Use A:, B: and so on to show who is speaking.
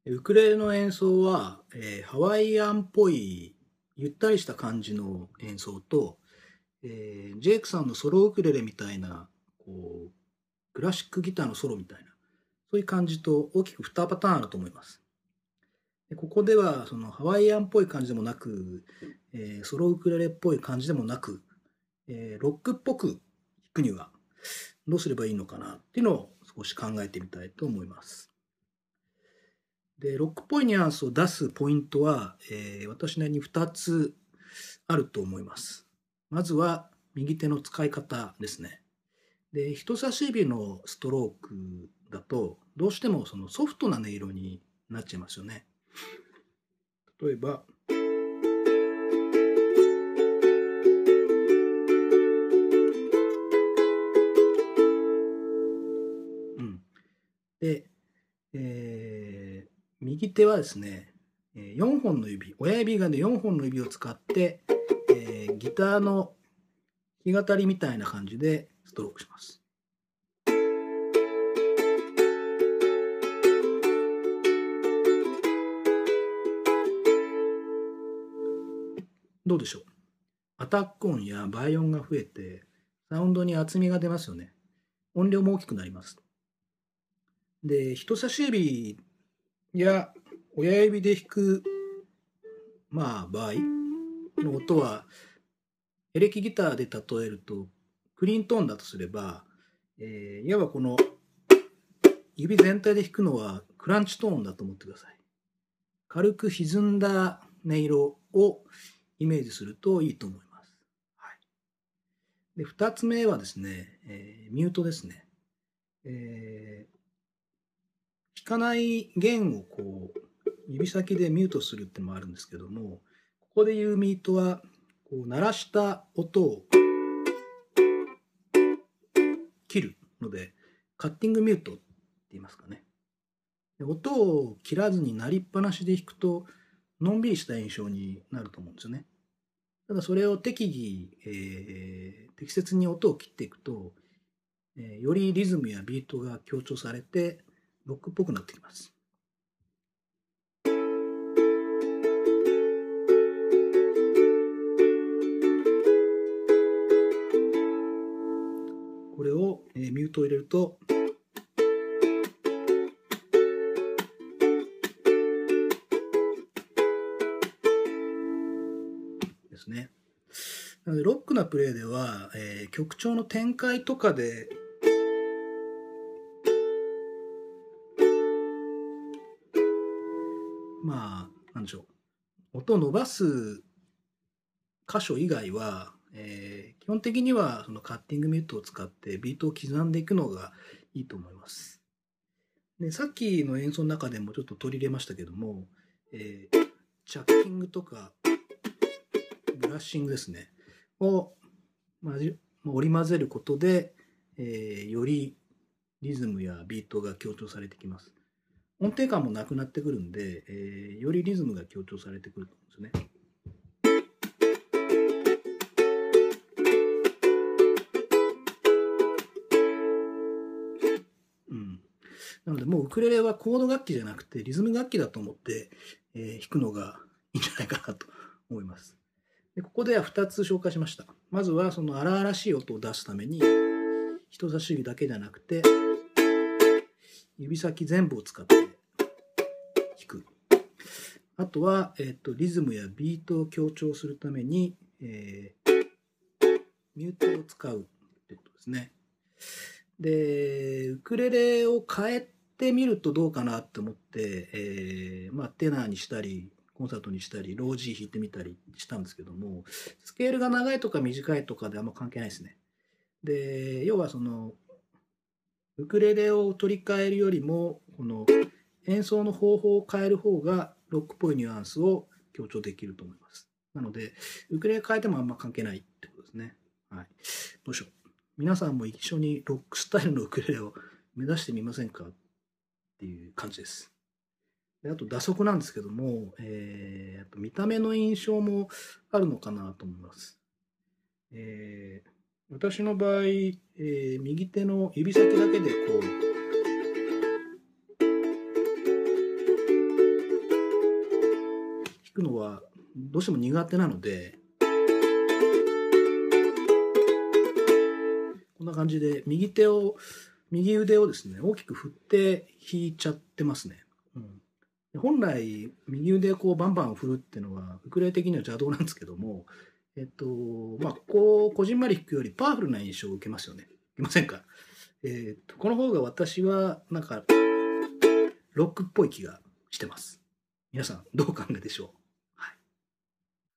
A: ウクレレの演奏は、ハワイアンっぽいゆったりした感じの演奏と、ジェイクさんのソロウクレレみたいなこうクラシックギターのソロみたいなそういう感じと大きく2パターンあると思います。でここではそのハワイアンっぽい感じでもなく、ソロウクレレっぽい感じでもなく、ロックっぽく弾くにはどうすればいいのかなっていうのを少し考えてみたいと思います。でロックっぽいニュアンスを出すポイントは、私なりに2つあると思います。まずは右手の使い方ですね。で人差し指のストロークだとどうしてもそのソフトな音色になっちゃいますよね。例えばで、右手はですね、4本の指、親指がね4本の指を使って、ギターの弾き語りみたいな感じでストロークします。どうでしょう。アタック音や倍音が増えてサウンドに厚みが出ますよね。音量も大きくなります。で人差し指や親指で弾く場合の音はエレキギターで例えるとクリーントーンだとすれば、いわばこの指全体で弾くのはクランチトーンだと思ってください。軽く歪んだ音色をイメージするといいと思います。はい、で2つ目はですね、ミュートですね。弾かない弦をこう指先でミュートするってのもあるんですけども、ここでいうミュートはこう鳴らした音を切るのでカッティングミュートって言いますかね。音を切らずに鳴りっぱなしで弾くとのんびりした印象になると思うんですよね。ただそれを適切に音を切っていくと、よりリズムやビートが強調されてロックっぽくなってきます。これを、ミュートを入れるとですね。なのでロックなプレイでは、曲調の展開とかでなんでしょう、音を伸ばす箇所以外は、基本的にはそのカッティングミュートを使ってビートを刻んでいくのがいいと思います。でさっきの演奏の中でもちょっと取り入れましたけども、チャッキングとかブラッシングですねを、織り交ぜることで、よりリズムやビートが強調されてきます。音程感もなくなってくるんで、よりリズムが強調されてくると思うんですよね。なのでもうウクレレはコード楽器じゃなくてリズム楽器だと思って、弾くのがいいんじゃないかなと思います。でここでは2つ紹介しました。まずはその荒々しい音を出すために人差し指だけじゃなくて指先全部を使って弾く。あとは、リズムやビートを強調するために、ミュートを使うということですね。でウクレレを変えてみるとどうかなと思って、テナーにしたりコンサートにしたりロー G 弾いてみたりしたんですけども、スケールが長いとか短いとかであんま関係ないですね。で要はそのウクレレを取り替えるよりもこの演奏の方法を変える方がロックっぽいニュアンスを強調できると思います。なのでウクレレ変えてもあんま関係ないってことですね。はい、どうしよう、皆さんも一緒にロックスタイルのウクレレを目指してみませんかっていう感じです。であと打足なんですけども、見た目の印象もあるのかなと思います。私の場合、右手の指先だけでこうどうしても苦手なので、こんな感じで右腕をですね、大きく振って弾いちゃってますね。本来、右腕をこうバンバン振るっていうのは、ウクレレ的には邪道なんですけども、こう、こじんまり弾くよりパワフルな印象を受けますよね。受けませんか？この方が私は、なんか、ロックっぽい気がしてます。皆さん、どうお考えでしょう？